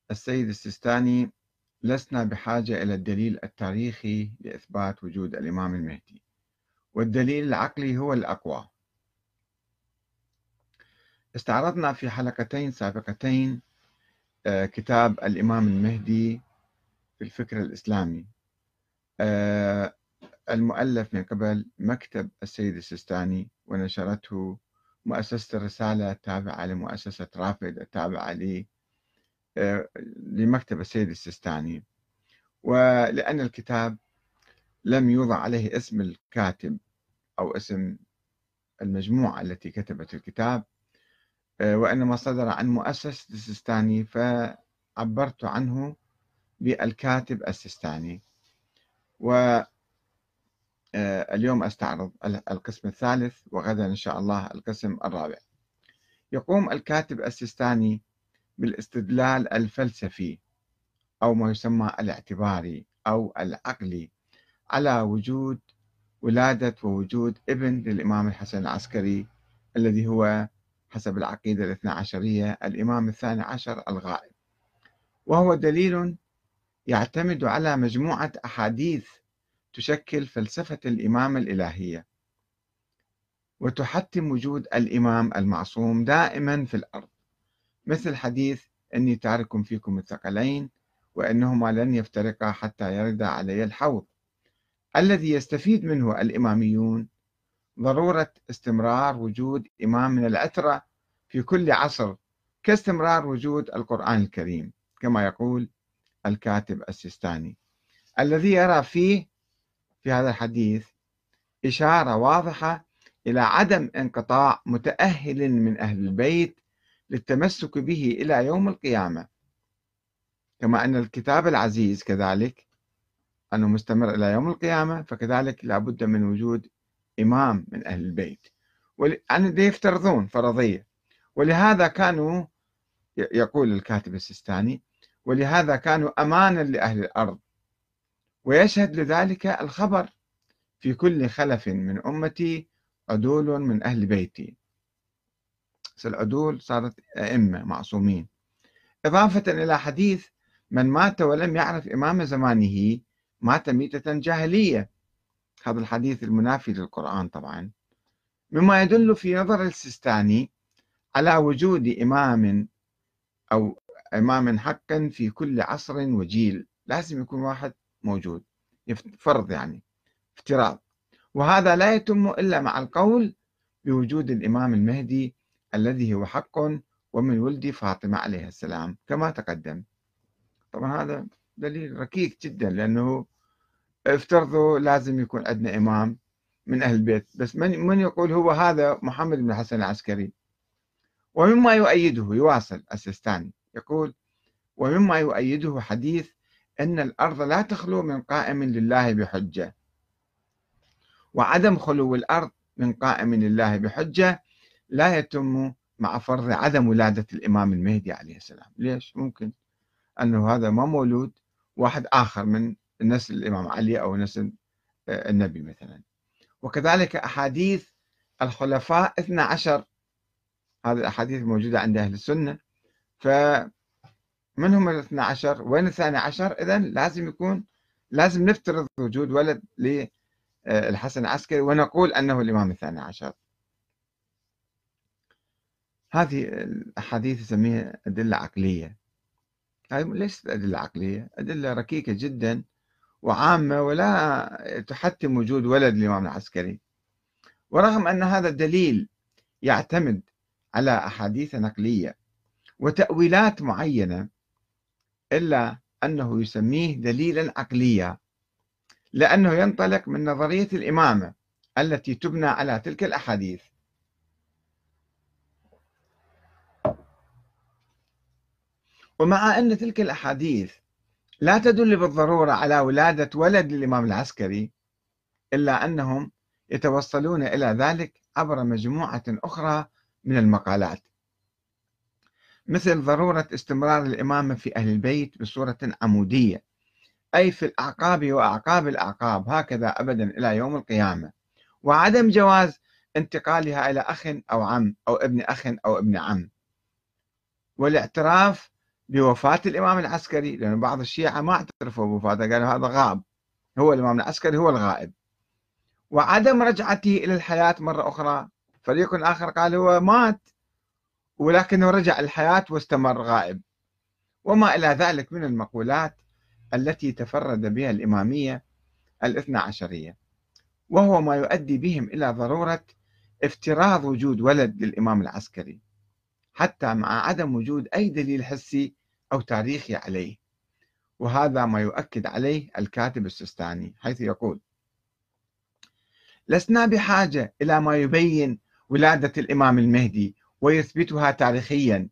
السيد السيستاني: لسنا بحاجة إلى الدليل التاريخي لإثبات وجود الإمام المهدي، والدليل العقلي هو الأقوى. استعرضنا في حلقتين سابقتين كتاب الإمام المهدي في الفكر الإسلامي، المؤلف من قبل مكتب السيد السيستاني، ونشرته مؤسسة الرسالة التابعة لمؤسسة رافد التابعة لمكتب السيد السيستاني. ولأن الكتاب لم يوضع عليه اسم الكاتب أو اسم المجموعة التي كتبت الكتاب، وإنما صدر عن مؤسسة السيستاني، فعبرت عنه بالكاتب السيستاني. واليوم أستعرض القسم الثالث، وغدا إن شاء الله القسم الرابع. يقوم الكاتب السيستاني بالاستدلال الفلسفي أو ما يسمى الاعتباري أو العقلي على وجود ولادة ووجود ابن للإمام الحسن العسكري، الذي هو حسب العقيدة الاثنى عشرية الإمام الثاني عشر الغائب، وهو دليل يعتمد على مجموعة أحاديث تشكل فلسفة الإمامة الإلهية، وتحتم وجود الإمام المعصوم دائما في الأرض، مثل حديث إني تارك فيكم الثقلين وإنهما لن يفترقا حتى يرد علي الحوض، الذي يستفيد منه الإماميون ضرورة استمرار وجود إمام من العترة في كل عصر، كاستمرار وجود القرآن الكريم، كما يقول الكاتب السيستاني، الذي يرى فيه في هذا الحديث إشارة واضحة إلى عدم انقطاع متأهل من أهل البيت للتمسك به إلى يوم القيامة، كما أن الكتاب العزيز كذلك أنه مستمر إلى يوم القيامة، فكذلك لابد من وجود إمام من أهل البيت، يعني يفترضون فرضية. ولهذا كانوا، يقول الكاتب السيستاني، ولهذا كانوا أمانا لأهل الأرض، ويشهد لذلك الخبر في كل خلف من أمتي عدول من أهل بيتي. العدول صارت أئمة معصومين، إضافة إلى حديث من مات ولم يعرف إمام زمانه مات ميتة جاهلية، هذا الحديث المنافي للقرآن طبعا، مما يدل في نظر السيستاني على وجود إمام أو إمام حقا في كل عصر وجيل، لازم يكون واحد موجود، فرض يعني افتراض، وهذا لا يتم إلا مع القول بوجود الإمام المهدي الذي هو حق ومن ولد فاطمة عليه السلام كما تقدم. طبعا هذا دليل ركيك جدا، لأنه افترضوا لازم يكون عندنا إمام من أهل البيت، بس من يقول هو هذا محمد بن الحسن العسكري. ومما يؤيده، يواصل السيستاني يقول: ومما يؤيده حديث أن الأرض لا تخلو من قائم لله بحجة، وعدم خلو الأرض من قائم لله بحجة لا يتم مع فرض عدم ولادة الإمام المهدي عليه السلام. ليش؟ ممكن أنه هذا ما مولود واحد آخر من نسل الإمام علي أو نسل النبي مثلا. وكذلك أحاديث الخلفاء 12، هذه الأحاديث موجودة عند أهل السنة، فمنهم الاثنى عشر، وين الثاني عشر؟ إذن لازم نفترض وجود ولد للحسن العسكري ونقول أنه الإمام الثاني عشر. هذه الأحاديث نسميها أدلة عقلية. هذه ليست أدلة عقلية، أدلة ركيكة جدا وعامة، ولا تحتم وجود ولد الإمام العسكري. ورغم أن هذا الدليل يعتمد على أحاديث نقلية وتأويلات معينة، إلا أنه يسميه دليلا عقليا، لأنه ينطلق من نظرية الإمامة التي تبنى على تلك الأحاديث. ومع أن تلك الأحاديث لا تدل بالضرورة على ولادة ولد للإمام العسكري، إلا أنهم يتوصلون إلى ذلك عبر مجموعة أخرى من المقالات، مثل ضرورة استمرار الإمامة في أهل البيت بصورة عمودية، أي في الأعقاب وأعقاب الأعقاب، هكذا أبدا إلى يوم القيامة، وعدم جواز انتقالها إلى أخ أو عم أو ابن أخ أو ابن عم، والاعتراف بوفاة الإمام العسكري، لأن بعض الشيعة ما اعترفوا بوفاته، قالوا هذا غاب، هو الإمام العسكري هو الغائب. وعدم رجعته إلى الحياة مرة أخرى، فريق آخر قال هو مات ولكنه رجع الحياة واستمر غائب، وما إلى ذلك من المقولات التي تفرد بها الإمامية الاثنى عشرية، وهو ما يؤدي بهم إلى ضرورة افتراض وجود ولد للإمام العسكري حتى مع عدم وجود أي دليل حسي أو تاريخي عليه. وهذا ما يؤكد عليه الكاتب السيستاني، حيث يقول: لسنا بحاجة إلى ما يبين ولادة الإمام المهدي ويثبتها تاريخيا.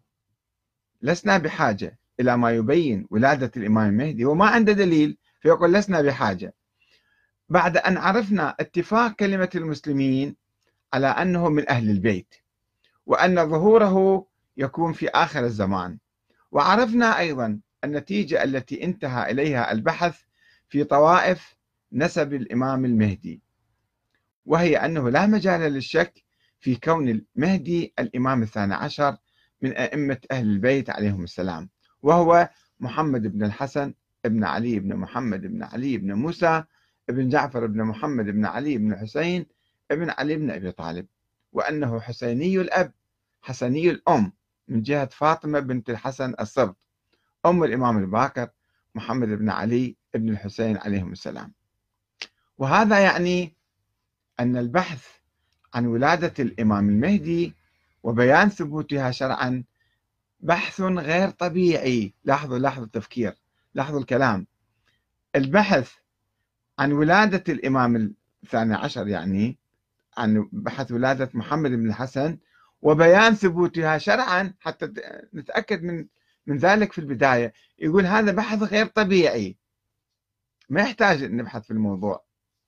لسنا بحاجة إلى ما يبين ولادة الإمام المهدي وما عنده دليل، فيقول لسنا بحاجة، بعد أن عرفنا اتفاق كلمة المسلمين على أنه من أهل البيت، وأن ظهوره يكون في آخر الزمان. وعرفنا أيضا النتيجة التي انتهى إليها البحث في طوائف نسب الإمام المهدي، وهي أنه لا مجال للشك في كون المهدي الإمام الثاني عشر من أئمة أهل البيت عليهم السلام، وهو محمد بن الحسن بن علي بن محمد بن علي بن موسى بن جعفر بن محمد بن علي بن الحسين بن علي بن أبي طالب، وأنه حسيني الأب حسني الأم من جهة فاطمة بنت الحسن الصبط أم الإمام الباقر محمد بن علي بن الحسين عليهم السلام. وهذا يعني أن البحث عن ولادة الإمام المهدي وبيان ثبوتها شرعا بحث غير طبيعي. لاحظوا التفكير، لاحظوا الكلام. البحث عن ولادة الإمام الثاني عشر، يعني عن بحث ولادة محمد بن الحسن وبيان ثبوتها شرعا، حتى نتأكد من ذلك في البداية. يقول هذا بحث غير طبيعي، ما يحتاج أن نبحث في الموضوع،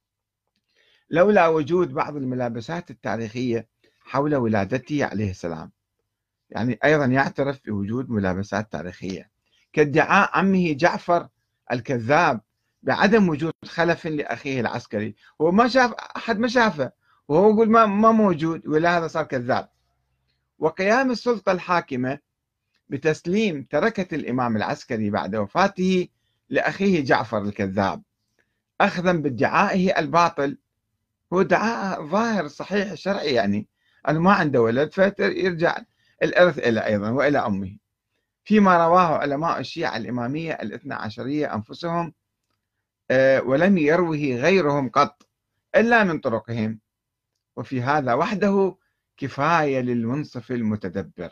لولا وجود بعض الملابسات التاريخية حول ولادته عليه السلام. يعني أيضا يعترف بوجود ملابسات تاريخية، كادعاء عمه جعفر الكذاب بعدم وجود خلف لأخيه العسكري. هو ما شاف أحد، ما شافه، وهو يقول ما موجود، ولا هذا صار كذاب. وقيام السلطة الحاكمة بتسليم تركة الإمام العسكري بعد وفاته لأخيه جعفر الكذاب أخذا بادعائه الباطل. هو ادعاء ظاهر صحيح الشرعي، يعني أنه ما عنده ولد فيرجع الإرث إلى أيضا وإلى أمه، فيما رواه علماء الشيعة الإمامية الاثنى عشرية أنفسهم، ولم يروه غيرهم قط إلا من طرقهم. وفي هذا وحده كفاية للمنصف المتدبر.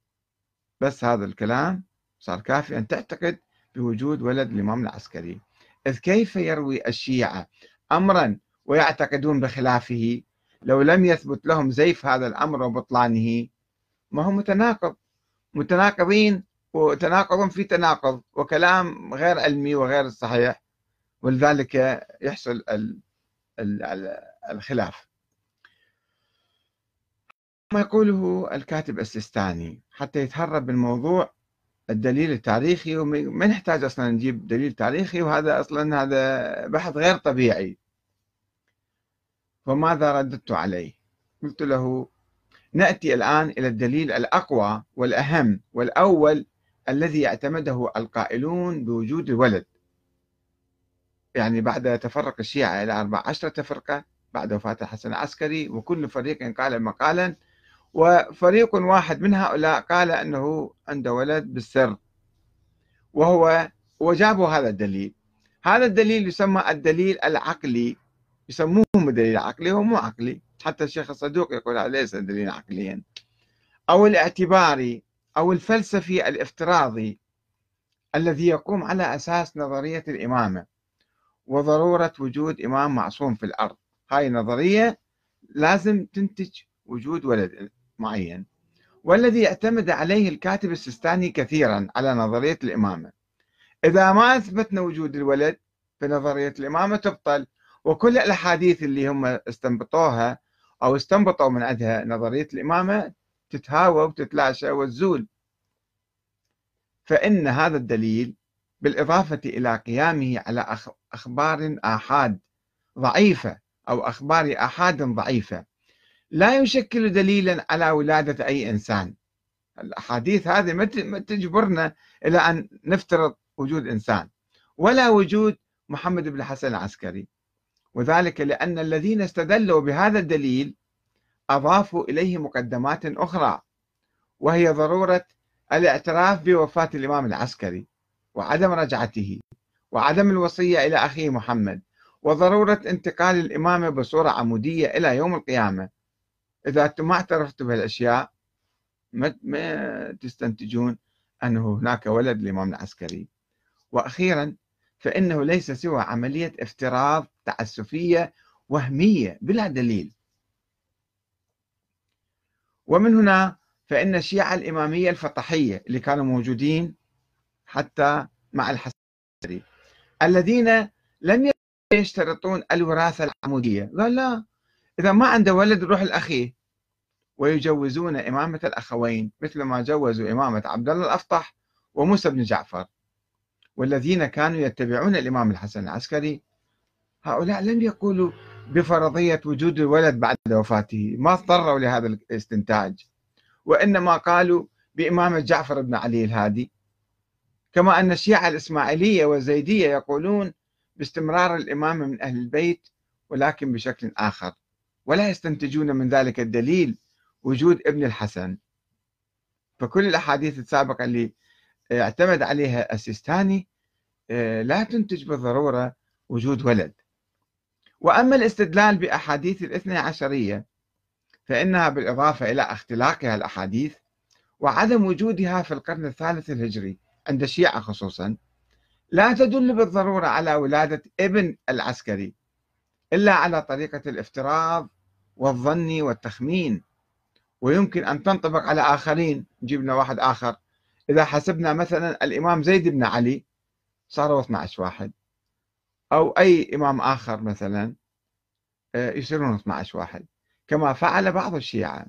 بس هذا الكلام صار كافي أن تعتقد بوجود ولد الإمام العسكري. إذ كيف يروي الشيعة أمرا ويعتقدون بخلافه لو لم يثبت لهم زيف هذا الأمر وبطلانه؟ ما هو متناقضين، وتناقض في تناقض، وكلام غير علمي وغير صحيح، ولذلك يحصل الخلاف. ما يقوله الكاتب السيستاني حتى يتهرب من موضوع الدليل التاريخي، وما نحتاج أصلا نجيب دليل تاريخي، وهذا أصلا هذا بحث غير طبيعي. وماذا رددت عليه؟ قلت له: نأتي الآن إلى الدليل الأقوى والأهم والأول الذي اعتمده القائلون بوجود الولد، يعني بعد تفرق الشيعة إلى 14 فرقة بعد وفاة الحسن العسكري، وكل فريق قال مقالا، وفريق واحد من هؤلاء قال أنه عنده ولد بالسر، وجابوا هذا الدليل. هذا الدليل يسمى الدليل العقلي، يسموه دليل عقلي، هو مو عقلي، حتى الشيخ الصدوق يقول هذا ليس دليل عقليا، أو الاعتباري أو الفلسفي الافتراضي الذي يقوم على أساس نظرية الإمامة وضرورة وجود إمام معصوم في الأرض. هاي النظرية لازم تنتج وجود ولد معين، والذي اعتمد عليه الكاتب السيستاني كثيرا على نظرية الإمامة. إذا ما أثبتنا وجود الولد فنظرية الإمامة تبطل، وكل الأحاديث اللي هم استنبطوها أو استنبطوا من عندها نظرية الإمامة تتهاوى وتتلاشى وتزول. فإن هذا الدليل بالإضافة إلى قيامه على أخبار آحاد ضعيفة أو أخبار آحاد ضعيفة لا يشكل دليلا على ولادة أي إنسان. الأحاديث هذه ما تجبرنا إلى أن نفترض وجود إنسان ولا وجود محمد بن الحسن العسكري، وذلك لأن الذين استدلوا بهذا الدليل أضافوا إليه مقدمات أخرى، وهي ضرورة الاعتراف بوفاة الإمام العسكري وعدم رجعته وعدم الوصية إلى أخيه محمد وضرورة انتقال الإمامة بصورة عمودية إلى يوم القيامة. إذا أنتم ما اعترفتوا بهالأشياء ما تستنتجون أنه هناك ولد للإمام العسكري. وأخيرا فإنه ليس سوى عملية افتراض تعسفية وهمية بلا دليل. ومن هنا فإن الشيعة الإمامية الفطحية اللي كانوا موجودين حتى مع الحسن الذين لم يشترطون الوراثة العمودية، قال لا، إذا ما عنده ولد روح الأخيه، ويجوزون إمامة الأخوين مثل ما جوزوا إمامة عبد الله الأفطح وموسى بن جعفر. والذين كانوا يتبعون الإمام الحسن العسكري هؤلاء لم يقولوا بفرضية وجود الولد بعد وفاته، ما اضطروا لهذا الاستنتاج، وإنما قالوا بإمامة جعفر بن علي الهادي. كما أن الشيعة الإسماعيلية والزيدية يقولون باستمرار الإمامة من أهل البيت ولكن بشكل آخر، ولا يستنتجون من ذلك الدليل وجود ابن الحسن. فكل الأحاديث السابقة اللي اعتمد عليها السيستاني لا تنتج بالضرورة وجود ولد. وأما الاستدلال بأحاديث الاثنى عشرية فإنها بالإضافة إلى اختلاقها الأحاديث وعدم وجودها في القرن الثالث الهجري عند الشيعة خصوصا لا تدل بالضرورة على ولادة ابن العسكري إلا على طريقة الافتراض والظن والتخمين، ويمكن أن تنطبق على آخرين. جبنا واحد آخر، إذا حسبنا مثلا الإمام زيد بن علي صاروا 12 واحد، أو أي إمام آخر مثلا يصيرون 12 واحد كما فعل بعض الشيعة.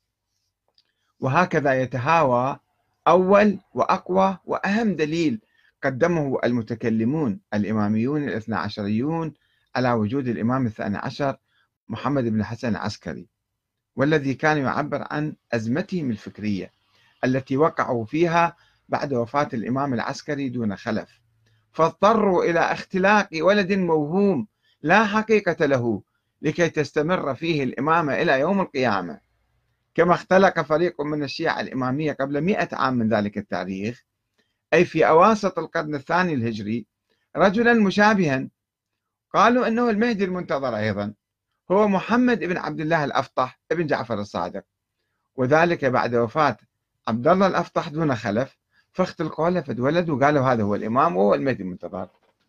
وهكذا يتهاوى أول وأقوى وأهم دليل قدمه المتكلمون الإماميون الاثنى عشريون على وجود الإمام الثاني عشر محمد بن الحسن العسكري، والذي كان يعبر عن أزمتهم الفكرية التي وقعوا فيها بعد وفاة الإمام العسكري دون خلف، فاضطروا إلى اختلاق ولد موهوم لا حقيقة له لكي تستمر فيه الإمامة إلى يوم القيامة. كما اختلق فريق من الشيعة الإمامية قبل 100 عام من ذلك التاريخ، أي في أواسط القرن الثاني الهجري، رجلا مشابها قالوا أنه المهدي المنتظر أيضا هو محمد بن عبد الله الأفطح ابن جعفر الصادق، وذلك بعد وفاة عبد الله الأفطح دون خلف، فاختلقوا له فد ولد وقالوا هذا هو الإمام وهو المهدي المنتظر.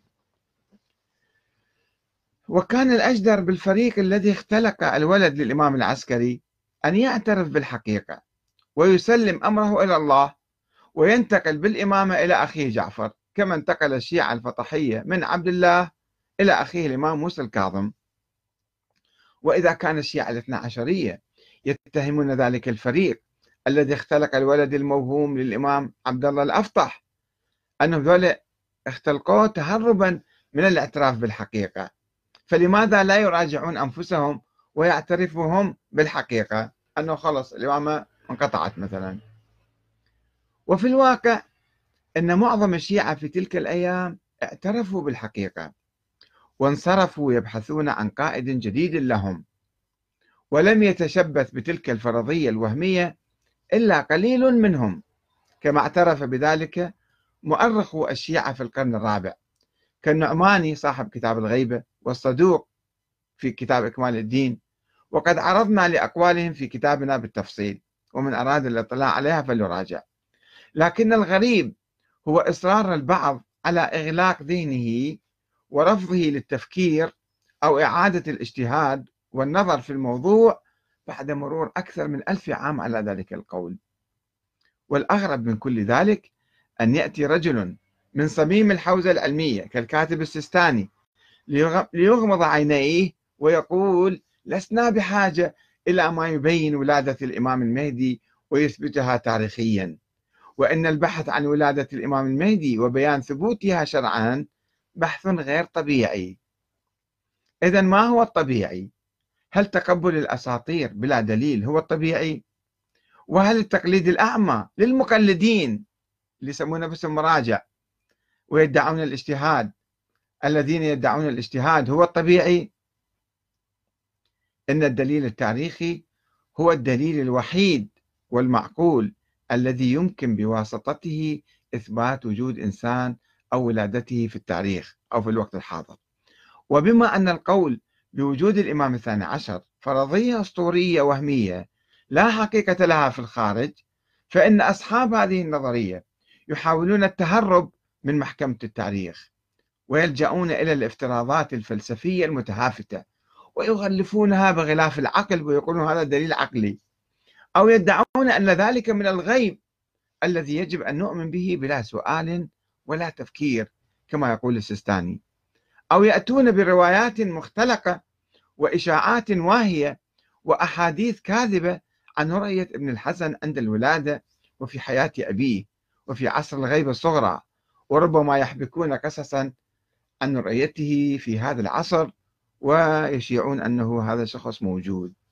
وكان الأجدر بالفريق الذي اختلق الولد للإمام العسكري أن يعترف بالحقيقة ويسلم أمره إلى الله وينتقل بالإمامة إلى أخيه جعفر، كما انتقل الشيعة الفطحية من عبد الله إلى أخيه الإمام موسى الكاظم. وإذا كان الشيعة الاثنى عشرية يتهمون ذلك الفريق الذي اختلق الولد الموهوم للإمام عبد الله الأفطح أنهم ذولا اختلقوه تهربا من الاعتراف بالحقيقة، فلماذا لا يراجعون أنفسهم ويعترفوا هم بالحقيقة أنه خلص الإمامة انقطعت مثلا؟ وفي الواقع أن معظم الشيعة في تلك الأيام اعترفوا بالحقيقة وانصرفوا يبحثون عن قائد جديد لهم، ولم يتشبث بتلك الفرضية الوهمية إلا قليل منهم، كما اعترف بذلك مؤرخو الشيعة في القرن الرابع كالنعماني صاحب كتاب الغيبة والصدوق في كتاب إكمال الدين، وقد عرضنا لأقوالهم في كتابنا بالتفصيل، ومن أراد الاطلاع عليها فليراجع. لكن الغريب هو إصرار البعض على إغلاق ذهنه ورفضه للتفكير أو إعادة الاجتهاد والنظر في الموضوع بعد مرور أكثر من 1000 عام على ذلك القول. والأغرب من كل ذلك أن يأتي رجل من صميم الحوزة العلمية كالكاتب السيستاني ليغمض عينيه ويقول لسنا بحاجة إلى ما يبين ولادة الإمام المهدي ويثبتها تاريخيا، وإن البحث عن ولادة الإمام المهدي وبيان ثبوتها شرعا بحث غير طبيعي. إذن ما هو الطبيعي؟ هل تقبل الأساطير بلا دليل هو الطبيعي؟ وهل التقليد الأعمى للمقلدين اللي يسمون نفسهم مراجع ويدعون الاجتهاد، الذين يدعون الاجتهاد هو الطبيعي؟ إن الدليل التاريخي هو الدليل الوحيد والمعقول الذي يمكن بواسطته إثبات وجود إنسان أو ولادته في التاريخ أو في الوقت الحاضر. وبما أن القول بوجود الإمام الثاني عشر فرضية أسطورية وهمية لا حقيقة لها في الخارج، فإن أصحاب هذه النظرية يحاولون التهرب من محكمة التاريخ ويلجؤون إلى الافتراضات الفلسفية المتهافتة ويغلفونها بغلاف العقل ويقولون هذا دليل عقلي، أو يدعون أن ذلك من الغيب الذي يجب أن نؤمن به بلا سؤال ولا تفكير كما يقول السيستاني، أو يأتون بروايات مختلقة وإشاعات واهية وأحاديث كاذبة عن رؤية ابن الحسن عند الولادة وفي حياة أبيه وفي عصر الغيبة الصغرى، وربما يحبكون قصصا عن رؤيته في هذا العصر ويشيعون أنه هذا شخص موجود.